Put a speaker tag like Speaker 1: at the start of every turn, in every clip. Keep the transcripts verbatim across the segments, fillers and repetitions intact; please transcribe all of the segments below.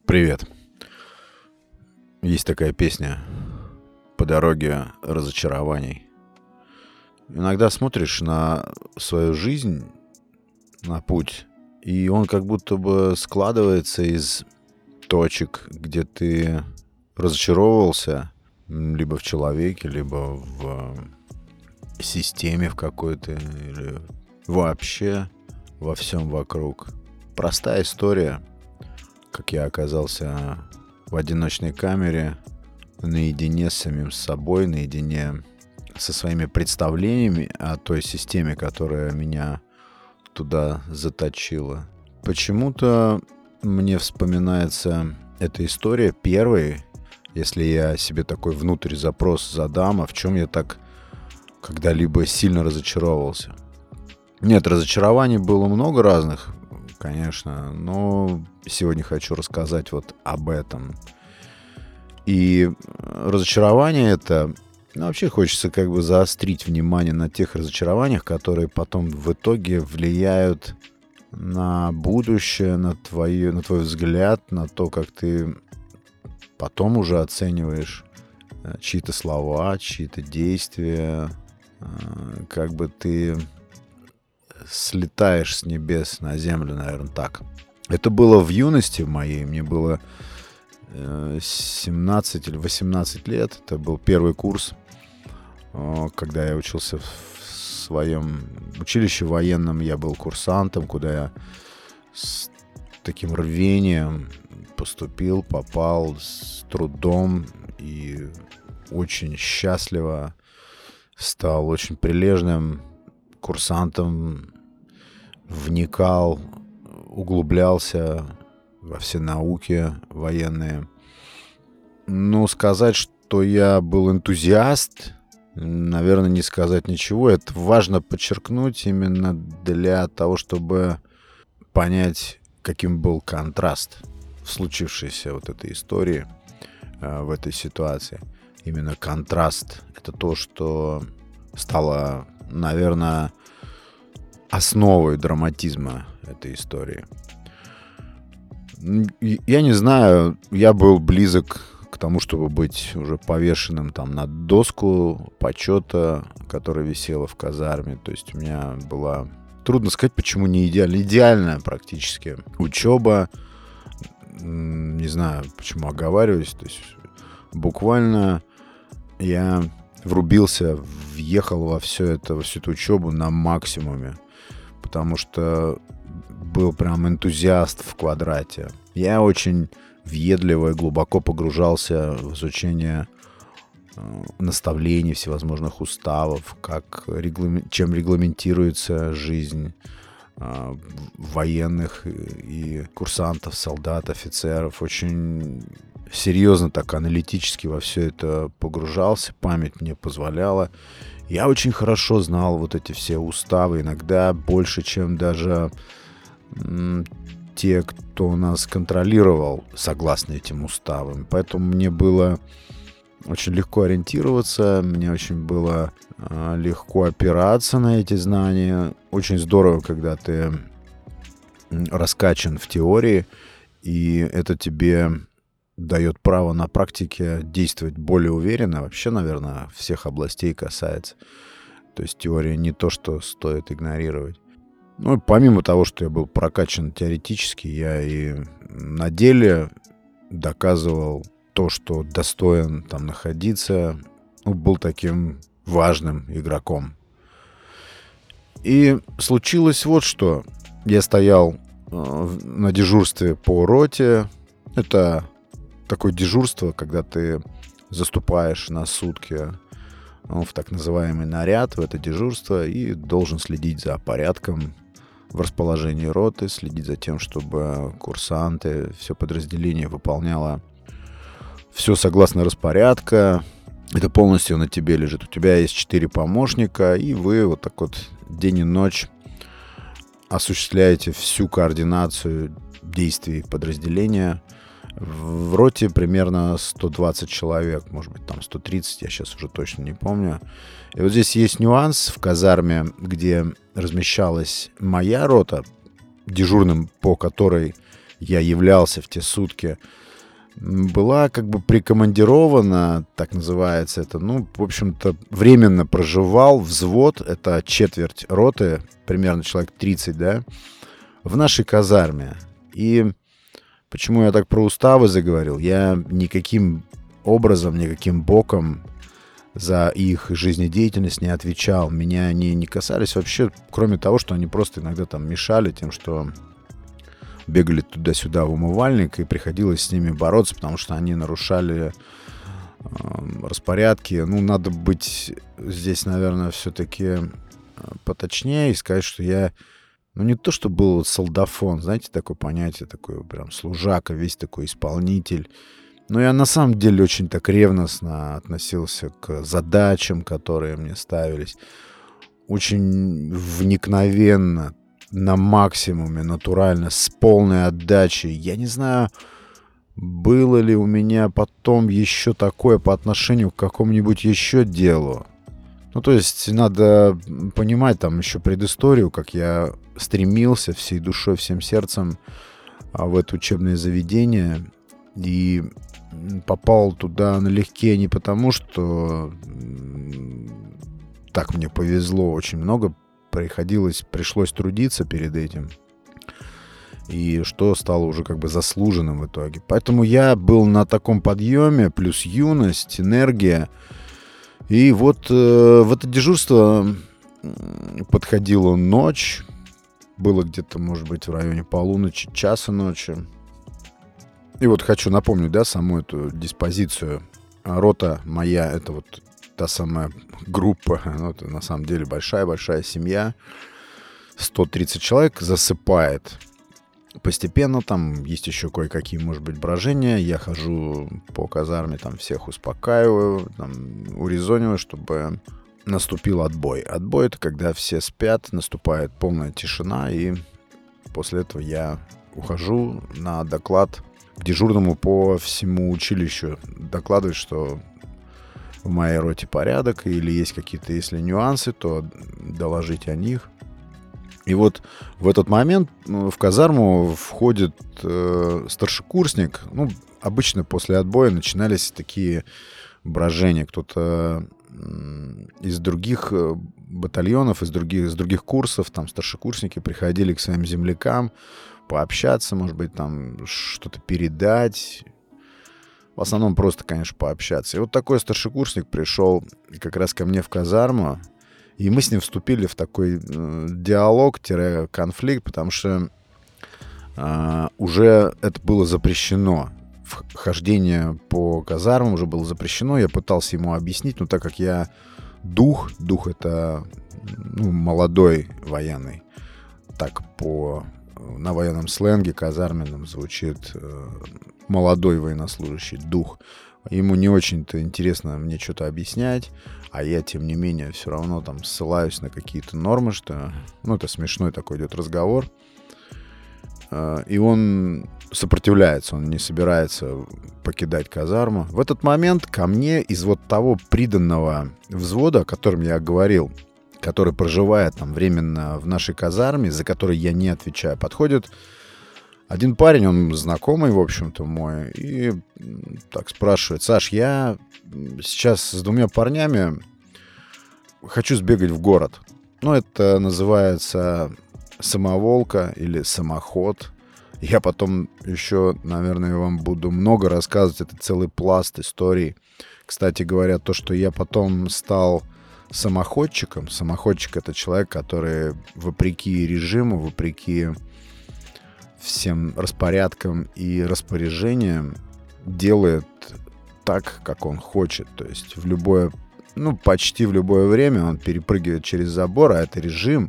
Speaker 1: Привет. Есть такая песня «По дороге разочарований». Иногда смотришь на свою жизнь, на путь, и он как будто бы складывается из точек, где ты разочаровывался м, либо в человеке, либо в системе в какой-то, или вообще во всем вокруг. Простая история, как я оказался в одиночной камере, наедине с самим собой, наедине со своими представлениями о той системе, которая меня туда заточила. Почему-то мне вспоминается эта история первой, если я себе такой внутрь запрос задам, а в чем я так когда-либо сильно разочаровывался. Нет, разочарований было много разных, конечно, но сегодня хочу рассказать вот об этом. И разочарование это... Ну, вообще хочется как бы заострить внимание на тех разочарованиях, которые потом в итоге влияют на будущее, на, твою, на твой взгляд, на то, как ты потом уже оцениваешь чьи-то слова, чьи-то действия, как бы ты слетаешь с небес на землю, наверное, так. Это было в юности моей, мне было семнадцать или восемнадцать лет, это был первый курс, когда я учился в своем училище военном, я был курсантом, куда я с таким рвением поступил, попал с трудом и очень счастливо стал очень прилежным курсантом, вникал, углублялся во все науки военные. Ну, сказать, что я был энтузиаст, наверное, не сказать ничего. Это важно подчеркнуть именно для того, чтобы понять, каким был контраст в случившейся вот этой истории, в этой ситуации. Именно контраст — это то, что стало, наверное, основой драматизма этой истории. Я не знаю, я был близок к тому, чтобы быть уже повешенным там на доску почета, которая висела в казарме. То есть у меня была... Трудно сказать, почему не идеально. Идеальная практически учеба. Не знаю, почему оговариваюсь. То есть буквально я врубился, въехал во все это, во всю эту учебу на максимуме. Потому что был прям энтузиаст в квадрате. Я очень въедливо и глубоко погружался в изучение э, наставлений, всевозможных уставов, как реглам... чем регламентируется жизнь э, военных и, и курсантов, солдат, офицеров. Очень серьезно так аналитически во все это погружался, память мне позволяла. Я очень хорошо знал вот эти все уставы, иногда больше, чем даже м, те, кто нас контролировал, согласно этим уставам. Поэтому мне было очень легко ориентироваться, мне очень было э, легко опираться на эти знания. Очень здорово, когда ты раскачан в теории, и это тебе дает право на практике действовать более уверенно. Вообще, наверное, всех областей касается. То есть теория не то, что стоит игнорировать. Ну, и помимо того, что я был прокачан теоретически, я и на деле доказывал то, что достоин там находиться. Ну, был таким важным игроком. И случилось вот что. Я стоял э, на дежурстве по роте. Это такое дежурство, когда ты заступаешь на сутки ну, в так называемый наряд, в это дежурство, и должен следить за порядком в расположении роты, следить за тем, чтобы курсанты, все подразделение выполняло все согласно распорядка. Это полностью на тебе лежит. У тебя есть четыре помощника, и вы вот так вот день и ночь осуществляете всю координацию действий подразделения. В роте примерно сто двадцать человек, может быть, там сто тридцать, я сейчас уже точно не помню. И вот здесь есть нюанс в казарме, где размещалась моя рота, дежурным по которой я являлся в те сутки, была как бы прикомандирована, так называется это, ну, в общем-то, временно проживал взвод, это четверть роты, примерно человек тридцать, да, в нашей казарме. И почему я так про уставы заговорил? Я никаким образом, никаким боком за их жизнедеятельность не отвечал. Меня они не касались вообще, кроме того, что они просто иногда там мешали тем, что бегали туда-сюда в умывальник, и приходилось с ними бороться, потому что они нарушали э, распорядки. Ну, надо быть здесь, наверное, все-таки поточнее и сказать, что я, ну, не то, что был солдафон, знаете, такое понятие, такой прям служака, весь такой исполнитель. Но я на самом деле очень так ревностно относился к задачам, которые мне ставились. Очень вникновенно, на максимуме, натурально, с полной отдачей. Я не знаю, было ли у меня потом еще такое по отношению к какому-нибудь еще делу. Ну, то есть надо понимать там еще предысторию, как я стремился всей душой, всем сердцем в это учебное заведение. И попал туда налегке не потому, что так мне повезло, очень много приходилось, пришлось трудиться перед этим. И что стало уже как бы заслуженным в итоге. Поэтому я был на таком подъеме, плюс юность, энергия. И вот э, в это дежурство подходила ночь. Было где-то, может быть, в районе полуночи, часа ночи. И вот хочу напомнить, да, саму эту диспозицию. Рота моя, это вот та самая группа, ну, это на самом деле большая-большая семья, сто тридцать человек, засыпает. Постепенно там есть еще кое-какие, может быть, брожения. Я хожу по казарме, там всех успокаиваю, там, урезониваю, чтобы наступил отбой. Отбой — это когда все спят, наступает полная тишина, и после этого я ухожу на доклад к дежурному по всему училищу. Докладывать, что в моей роте порядок, или есть какие-то, если нюансы, то доложить о них. И вот в этот момент в казарму входит э, старшекурсник. Ну, обычно после отбоя начинались такие брожения. Кто-то э, из других батальонов, из других, из других курсов, там старшекурсники приходили к своим землякам пообщаться, может быть, там что-то передать. В основном просто, конечно, пообщаться. И вот такой старшекурсник пришел как раз ко мне в казарму, и мы с ним вступили в такой э, диалог-конфликт, потому что э, уже это было запрещено. Хождение по казармам уже было запрещено. Я пытался ему объяснить, но так как я дух, дух — это, ну, молодой военный, так по на военном сленге казарменном звучит э, молодой военнослужащий, дух. Ему не очень-то интересно мне что-то объяснять, а я, тем не менее, все равно там ссылаюсь на какие-то нормы, что, ну, это смешной такой идет разговор. Э, и он сопротивляется, он не собирается покидать казарму. В этот момент ко мне из вот того приданного взвода, о котором я говорил, который проживает там временно в нашей казарме, за который я не отвечаю, подходит один парень, он знакомый, в общем-то, мой, и так спрашивает: Саш, я сейчас с двумя парнями хочу сбегать в город. Ну, это называется самоволка или самоход. Я потом еще, наверное, вам буду много рассказывать, это целый пласт историй. Кстати говоря, то, что я потом стал самоходчиком. Самоходчик — это человек, который вопреки режиму, вопреки всем распорядкам и распоряжениям делает так, как он хочет. То есть в любое, ну, почти в любое время он перепрыгивает через забор, а это режим,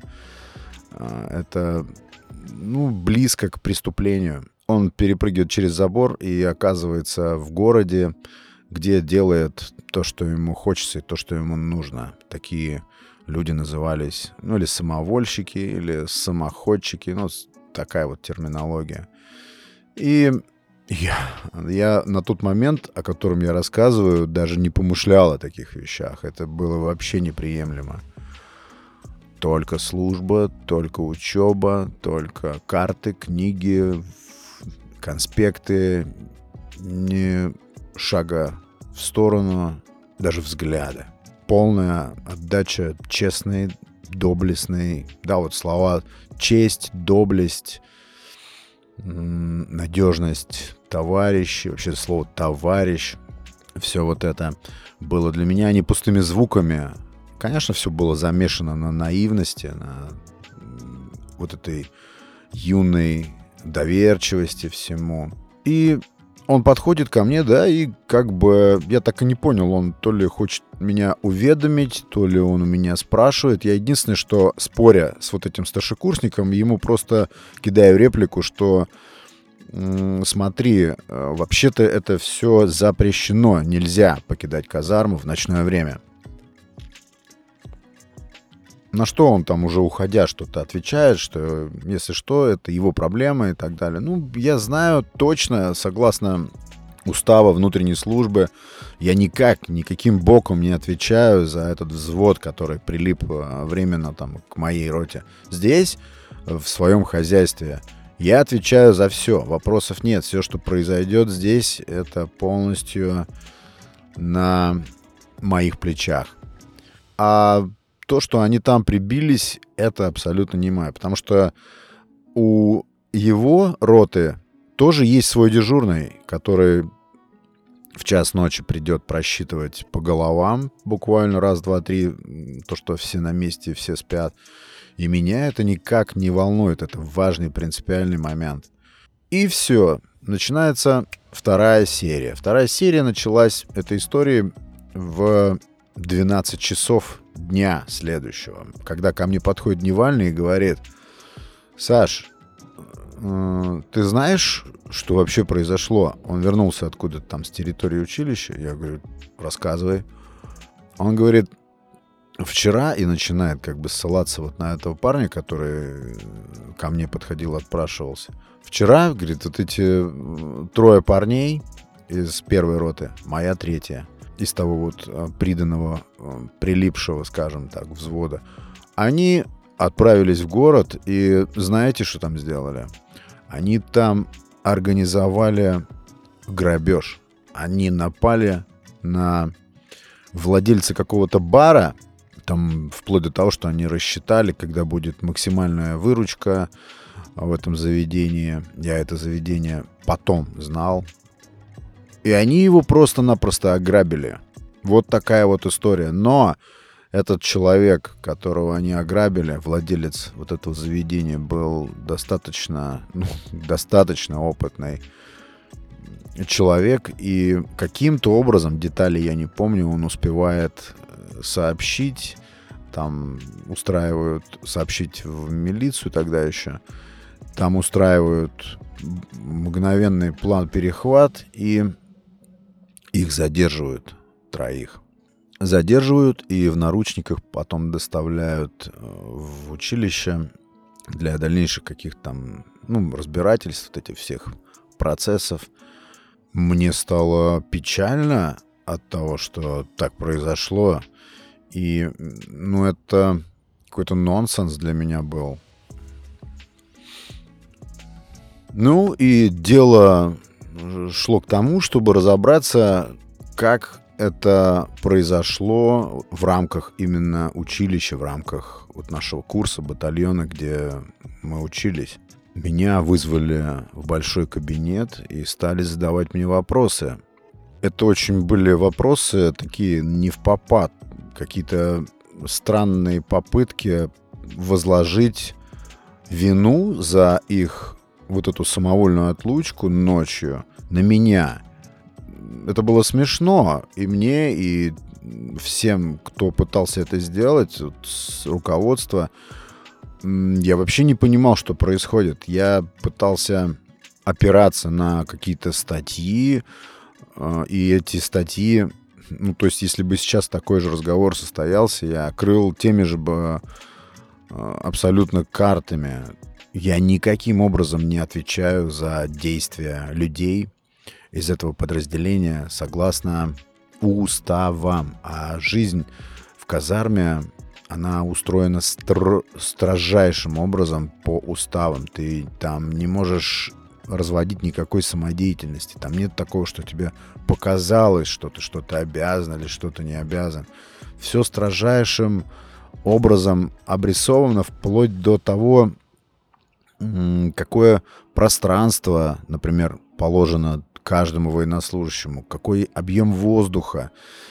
Speaker 1: это, ну, близко к преступлению. Он перепрыгивает через забор и оказывается в городе, где делает то, что ему хочется, и то, что ему нужно. Такие люди назывались, ну, или самовольщики, или самоходчики, ну, такая вот терминология. И я, я на тот момент, о котором я рассказываю, даже не помышлял о таких вещах. Это было вообще неприемлемо. Только служба, только учеба, только карты, книги, конспекты, ни шага в сторону, даже взгляда. Полная отдача честной, доблестной, да, вот слова честь, доблесть, надежность, товарищ, вообще слово товарищ, все вот это было для меня не пустыми звуками. Конечно, все было замешано на наивности, на вот этой юной доверчивости всему. И он подходит ко мне, да, и как бы я так и не понял, он то ли хочет меня уведомить, то ли он у меня спрашивает. Я единственное, что споря с вот этим старшекурсником, ему просто кидаю реплику, что м- смотри, вообще-то это все запрещено, нельзя покидать казарму в ночное время. На что он там уже уходя что-то отвечает, что если что, это его проблема и так далее. Ну, я знаю точно, согласно устава внутренней службы, я никак, никаким боком не отвечаю за этот взвод, который прилип временно там к моей роте. Здесь, в своем хозяйстве, я отвечаю за все, вопросов нет. Все, что произойдет здесь, это полностью на моих плечах. А то, что они там прибились, это абсолютно не мое. Потому что у его роты тоже есть свой дежурный, который в час ночи придет просчитывать по головам буквально раз, два, три, то, что все на месте, все спят. И меня это никак не волнует. Это важный принципиальный момент. И все. Начинается вторая серия. Вторая серия началась этой истории в двенадцать часов дня следующего, когда ко мне подходит Дневальный и говорит: Саш, э, ты знаешь, что вообще произошло? Он вернулся откуда-то там с территории училища. Я говорю: рассказывай. Он говорит: вчера, и начинает как бы ссылаться вот на этого парня, который ко мне подходил, отпрашивался. Вчера, говорит, вот эти трое парней из первой роты, моя третья, из того вот приданного, прилипшего, скажем так, взвода, они отправились в город, и знаете, что там сделали? Они там организовали грабеж. Они напали на владельца какого-то бара, там вплоть до того, что они рассчитали, когда будет максимальная выручка в этом заведении. Я это заведение потом знал. И они его просто-напросто ограбили. Вот такая вот история. Но этот человек, которого они ограбили, владелец вот этого заведения, был достаточно, ну, достаточно опытный человек. И каким-то образом, детали я не помню, он успевает сообщить, там устраивают, сообщить в милицию тогда еще, там устраивают мгновенный план перехват, и их задерживают, троих. Задерживают и в наручниках потом доставляют в училище для дальнейших каких-то там, ну, разбирательств, вот этих всех процессов. Мне стало печально от того, что так произошло. И, ну, это какой-то нонсенс для меня был. Ну, и дело шло к тому, чтобы разобраться, как это произошло в рамках именно училища, в рамках вот нашего курса, батальона, где мы учились. Меня вызвали в большой кабинет и стали задавать мне вопросы. Это очень были вопросы такие не впопад, какие-то странные попытки возложить вину за их вот эту самовольную отлучку ночью на меня. Это было смешно и мне, и всем, кто пытался это сделать, вот, с руководства. Я вообще не понимал, что происходит. Я пытался опираться на какие-то статьи, и эти статьи, ну, то есть, если бы сейчас такой же разговор состоялся, я крыл теми же бы абсолютно картами. Я никаким образом не отвечаю за действия людей из этого подразделения согласно уставам. А жизнь в казарме, она устроена стр- строжайшим образом по уставам. Ты там не можешь разводить никакой самодеятельности. Там нет такого, что тебе показалось, что ты что-то обязан или что-то не обязан. Все строжайшим образом обрисовано вплоть до того, какое пространство, например, положено каждому военнослужащему, какой объем воздуха.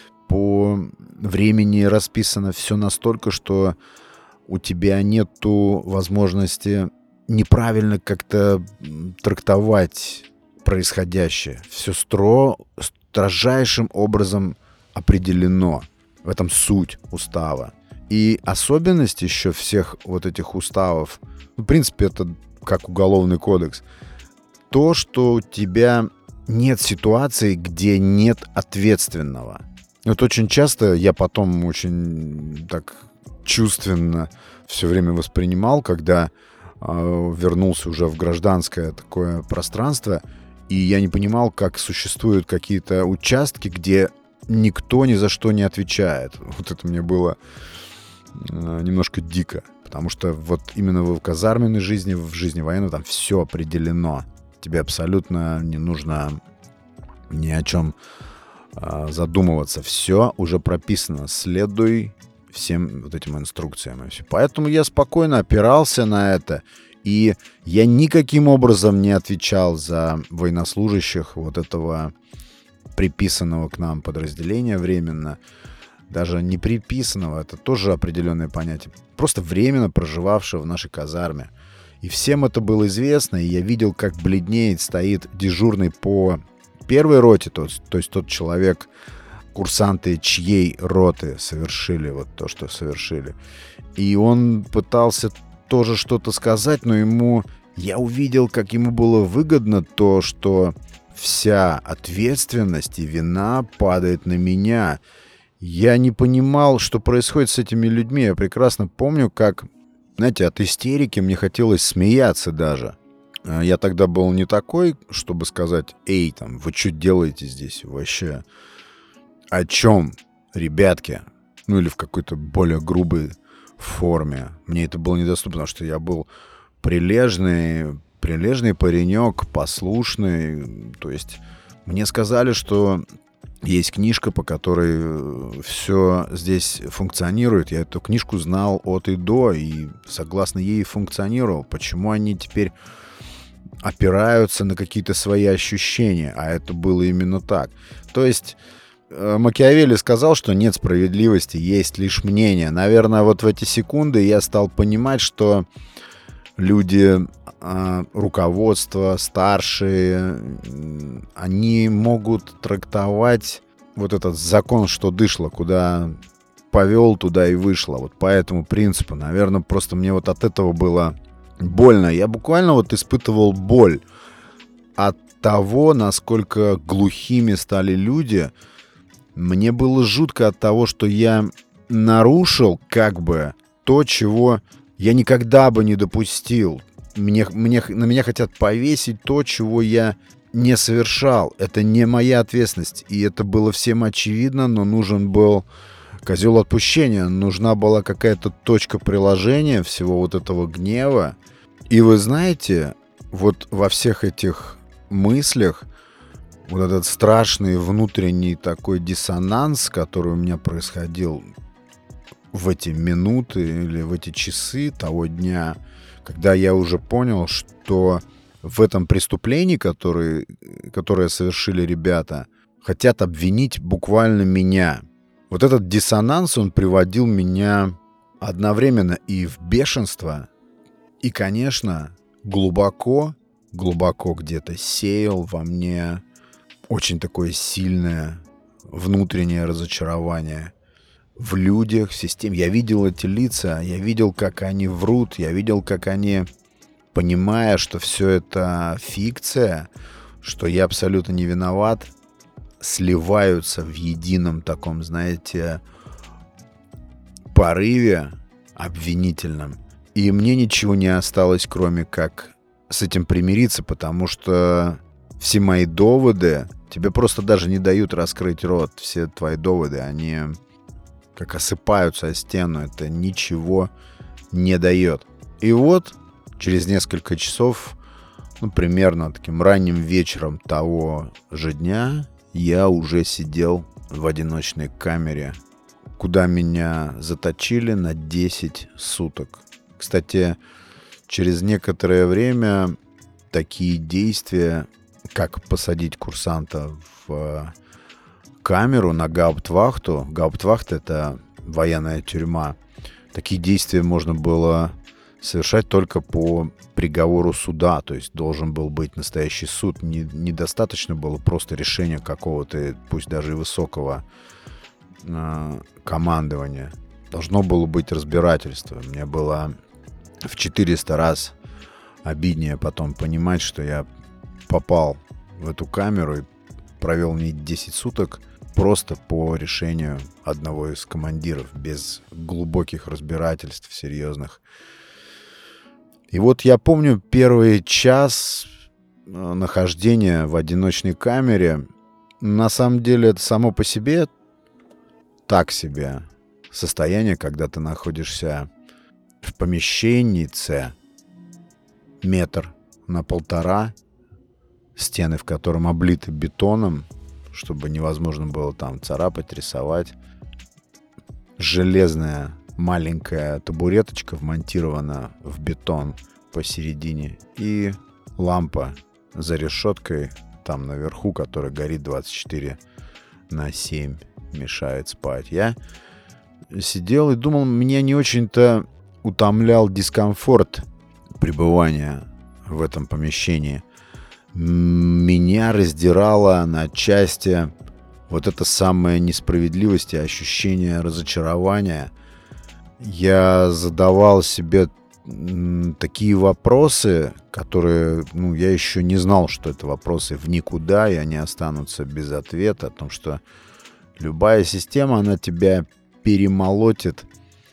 Speaker 1: По времени расписано все настолько, что у тебя нету возможности неправильно как-то трактовать происходящее. Все стро, строжайшим образом определено. В этом суть устава. И особенность еще всех вот этих уставов, ну, в принципе, это как уголовный кодекс, то, что у тебя нет ситуации, где нет ответственного. Вот очень часто я потом очень так чувственно все время воспринимал, когда э, вернулся уже в гражданское такое пространство, и я не понимал, как существуют какие-то участки, где никто ни за что не отвечает. Вот это мне было э, немножко дико, потому что вот именно в казарменной жизни, в жизни военной там все определено. Тебе абсолютно не нужно ни о чем э, задумываться. Все уже прописано. Следуй всем вот этим инструкциям. И все. Поэтому я спокойно опирался на это. И я никаким образом не отвечал за военнослужащих вот этого приписанного к нам подразделения временно. Даже не приписанного, это тоже определенное понятие. Просто временно проживавшего в нашей казарме. И всем это было известно, и я видел, как бледнеет, стоит дежурный по первой роте, то, то есть тот человек, курсанты чьей роты совершили вот то, что совершили. И он пытался тоже что-то сказать, но ему... Я увидел, как ему было выгодно то, что вся ответственность и вина падает на меня. Я не понимал, что происходит с этими людьми. Я прекрасно помню, как... Знаете, от истерики мне хотелось смеяться даже. Я тогда был не такой, чтобы сказать: «Эй, там, вы что делаете здесь вообще? О чем, ребятки?» Ну или в какой-то более грубой форме. Мне это было недоступно, потому что я был прилежный, прилежный паренек, послушный. То есть мне сказали, что есть книжка, по которой все здесь функционирует. Я эту книжку знал от и до, и согласно ей функционировал. Почему они теперь опираются на какие-то свои ощущения? А это было именно так. То есть Макиавелли сказал, что нет справедливости, есть лишь мнение. Наверное, вот в эти секунды я стал понимать, что люди, руководство, старшие, они могут трактовать вот этот закон, что дышло, куда повел, туда и вышло. Вот по этому принципу, наверное, просто мне вот от этого было больно. Я буквально вот испытывал боль от того, насколько глухими стали люди. Мне было жутко от того, что я нарушил как бы то, чего я никогда бы не допустил. Мне, мне, на меня хотят повесить то, чего я не совершал. Это не моя ответственность. И это было всем очевидно, но нужен был козел отпущения. Нужна была какая-то точка приложения всего вот этого гнева. И вы знаете, вот во всех этих мыслях вот этот страшный внутренний такой диссонанс, который у меня происходил в эти минуты или в эти часы того дня, когда я уже понял, что в этом преступлении, которое, которое совершили ребята, хотят обвинить буквально меня. Вот этот диссонанс, он приводил меня одновременно и в бешенство, и, конечно, глубоко, глубоко где-то сеял во мне очень такое сильное внутреннее разочарование в людях, в системе. Я видел эти лица, я видел, как они врут, я видел, как они, понимая, что все это фикция, что я абсолютно не виноват, сливаются в едином таком, знаете, порыве обвинительном. И мне ничего не осталось, кроме как с этим примириться, потому что все мои доводы, тебе просто даже не дают раскрыть рот. Все твои доводы, они как осыпаются о стену. Это ничего не дает. И вот через несколько часов ну, примерно таким ранним вечером того же дня я уже сидел в одиночной камере, куда меня заточили на десять суток. Кстати, через некоторое время такие действия, как посадить курсанта в камеру на гауптвахту. Гауптвахт — это военная тюрьма. Такие действия можно было совершать только по приговору суда. То есть должен был быть настоящий суд. Не, недостаточно было просто решения какого-то, пусть даже и высокого э, командования. Должно было быть разбирательство. Мне было в четыреста раз обиднее потом понимать, что я попал в эту камеру и провел не десять суток просто по решению одного из командиров, без глубоких разбирательств серьезных. И вот я помню первый час нахождения в одиночной камере. На самом деле это само по себе так себе состояние, когда ты находишься в помещении С, метр на полтора, стены в котором облиты бетоном, чтобы невозможно было там царапать, рисовать. Железная маленькая табуреточка вмонтирована в бетон посередине. И лампа за решеткой там наверху, которая горит двадцать четыре на семь, мешает спать. Я сидел и думал, меня не очень-то утомлял дискомфорт пребывания в этом помещении. Меня раздирала на части вот эта самая несправедливость и ощущение разочарования. Я задавал себе такие вопросы, которые, ну, я еще не знал, что это вопросы в никуда, и они останутся без ответа, о том, что любая система, она тебя перемолотит,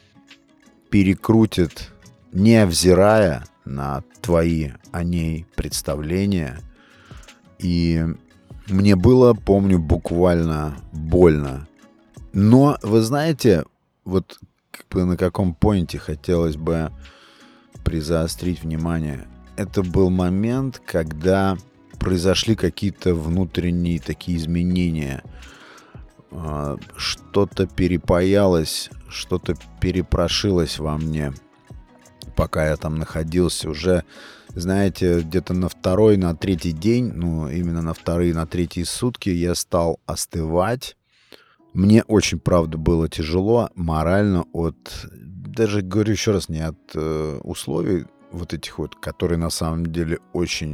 Speaker 1: перекрутит, невзирая на твои о ней представления. И мне было, помню, буквально больно. Но, вы знаете, вот как бы на каком поинте хотелось бы призаострить внимание. Это был момент, когда произошли какие-то внутренние такие изменения. Что-то перепаялось, что-то перепрошилось во мне, пока я там находился. Уже, знаете, где-то на второй, на третий день, ну, именно на вторые, на третьи сутки я стал остывать. Мне очень, правда, было тяжело морально от, даже, говорю еще раз, не от э, условий вот этих вот, которые на самом деле очень,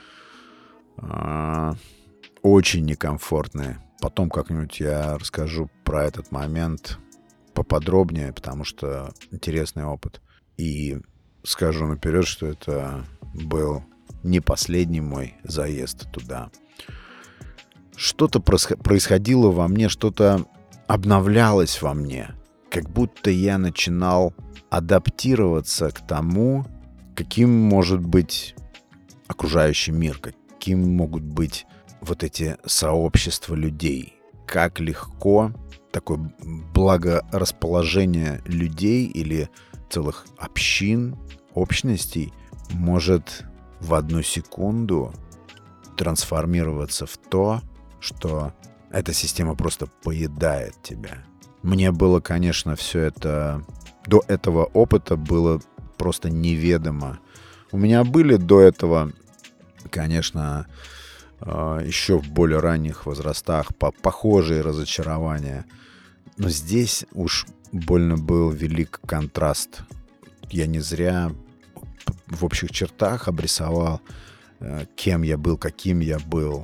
Speaker 1: э, очень некомфортные. Потом как-нибудь я расскажу про этот момент поподробнее, потому что интересный опыт. И скажу наперед, что это был не последний мой заезд туда. Что-то происходило во мне, что-то обновлялось во мне. Как будто я начинал адаптироваться к тому, каким может быть окружающий мир, каким могут быть вот эти сообщества людей. Как легко такое благорасположение людей или целых общин, общностей может в одну секунду трансформироваться в то, что эта система просто поедает тебя. Мне было, конечно, все это... До этого опыта было просто неведомо. У меня были до этого, конечно, еще в более ранних возрастах похожие разочарования. Но здесь уж больно был велик контраст. Я не зря в общих чертах обрисовал, кем я был, каким я был.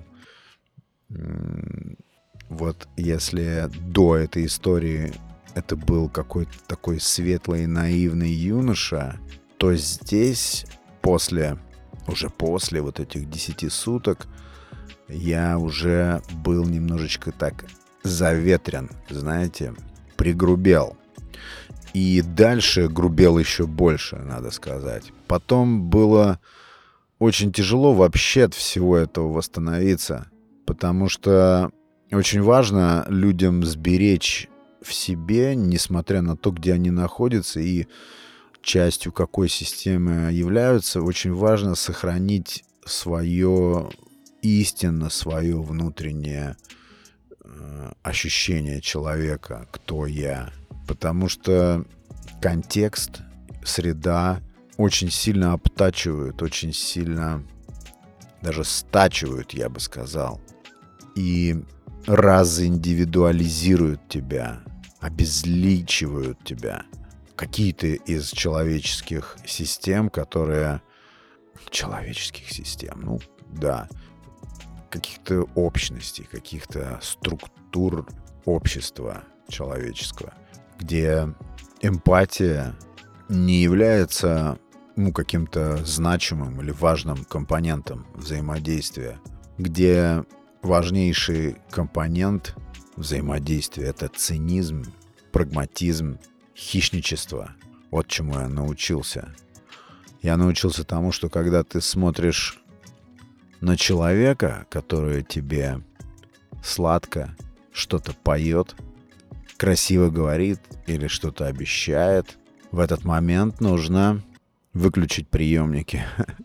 Speaker 1: Вот если до этой истории это был какой-то такой светлый, наивный юноша, то здесь, после, уже после вот этих десяти суток, я уже был немножечко так заветрен, знаете, пригрубел. И дальше грубел еще больше, надо сказать. Потом было очень тяжело вообще от всего этого восстановиться, потому что очень важно людям сберечь в себе, несмотря на то, где они находятся и частью какой системы являются, очень важно сохранить свое истинно, свое внутреннее э, ощущение человека, кто я. Потому что контекст, среда очень сильно обтачивают, очень сильно даже стачивают, я бы сказал. И разиндивидуализируют тебя, обезличивают тебя. Какие-то из человеческих систем, которые... Человеческих систем, ну да. Каких-то общностей, каких-то структур общества человеческого, где эмпатия не является ну, каким-то значимым или важным компонентом взаимодействия, где важнейший компонент взаимодействия — это цинизм, прагматизм, хищничество. Вот чему я научился. Я научился тому, что когда ты смотришь на человека, который тебе сладко что-то поет, красиво говорит или что-то обещает, в этот момент нужно выключить приемники,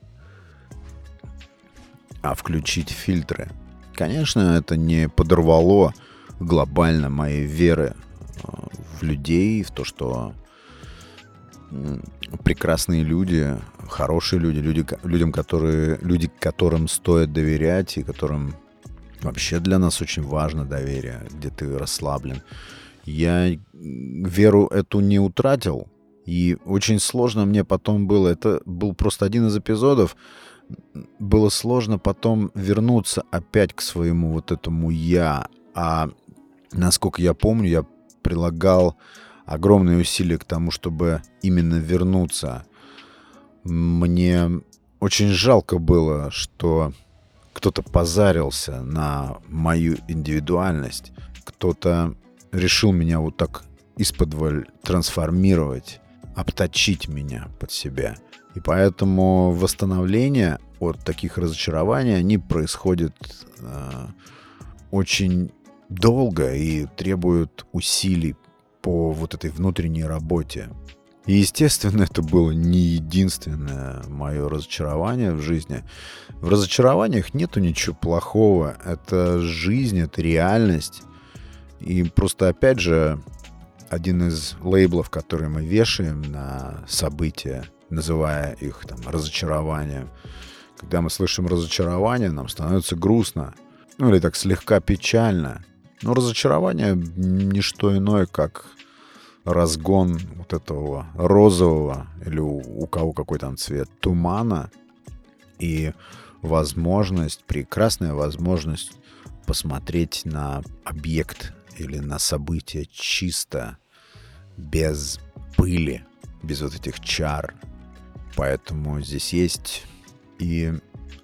Speaker 1: а включить фильтры. Конечно, это не подорвало глобально моей веры в людей, в то, что прекрасные люди, хорошие люди, люди, людям, которые, люди, которым стоит доверять и которым вообще для нас очень важно доверие, где ты расслаблен. Я веру эту не утратил, и очень сложно мне потом было, это был просто один из эпизодов, было сложно потом вернуться опять к своему вот этому «я», а насколько я помню, я прилагал огромные усилия к тому, чтобы именно вернуться. Мне очень жалко было, что кто-то позарился на мою индивидуальность, кто-то решил меня вот так исподволь трансформировать, обточить меня под себя. И поэтому восстановление от таких разочарований, они происходят э, очень долго и требуют усилий по вот этой внутренней работе. И, естественно, это было не единственное мое разочарование в жизни. В разочарованиях нету ничего плохого. Это жизнь, это реальность. И просто, опять же, один из лейблов, которые мы вешаем на события, называя их там разочарованием. Когда мы слышим разочарование, нам становится грустно. Ну, или так слегка печально. Но разочарование — не что иное, как разгон вот этого розового, или у, у кого какой там цвет, тумана, и возможность, прекрасная возможность посмотреть на объект или на событие чисто, без пыли, без вот этих чар. Поэтому здесь есть и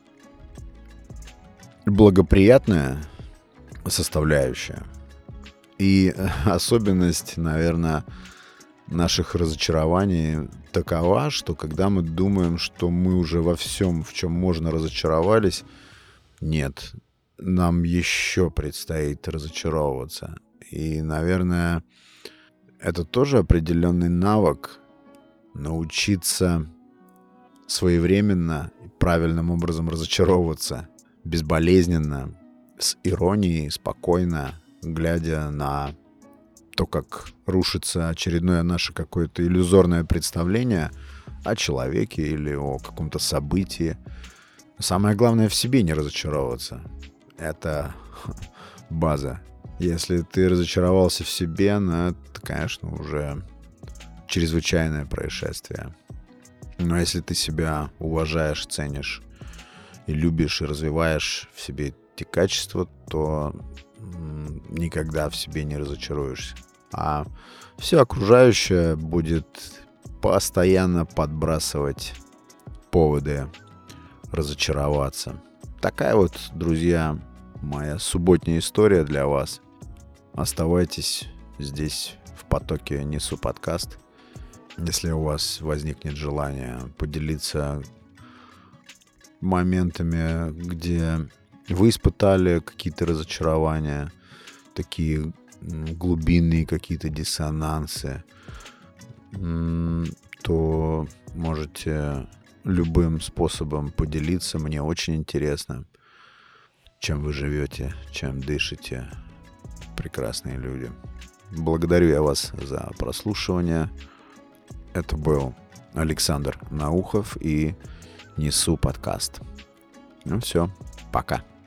Speaker 1: благоприятная составляющая, и особенность, наверное, наших разочарований такова, что когда мы думаем, что мы уже во всем, в чем можно, разочаровались, нет, нам еще предстоит разочаровываться. И, наверное, это тоже определенный навык — научиться своевременно и правильным образом разочаровываться, безболезненно, с иронией, спокойно, глядя на то, как рушится очередное наше какое-то иллюзорное представление о человеке или о каком-то событии. Самое главное — в себе не разочаровываться. Это база. Если ты разочаровался в себе, ну, это, конечно, уже чрезвычайное происшествие. Но если ты себя уважаешь, ценишь и любишь, и развиваешь в себе эти качества, то никогда в себе не разочаруешься. А все окружающее будет постоянно подбрасывать поводы разочароваться. Такая вот, друзья, моя субботняя история для вас. Оставайтесь здесь в потоке «Несу подкаст». Если у вас возникнет желание поделиться моментами, где вы испытали какие-то разочарования, такие глубинные какие-то диссонансы, то можете любым способом поделиться. Мне очень интересно, чем вы живете, чем дышите. Прекрасные люди. Благодарю я вас за прослушивание. Это был Александр Наухов и Несу подкаст. Ну все, пока.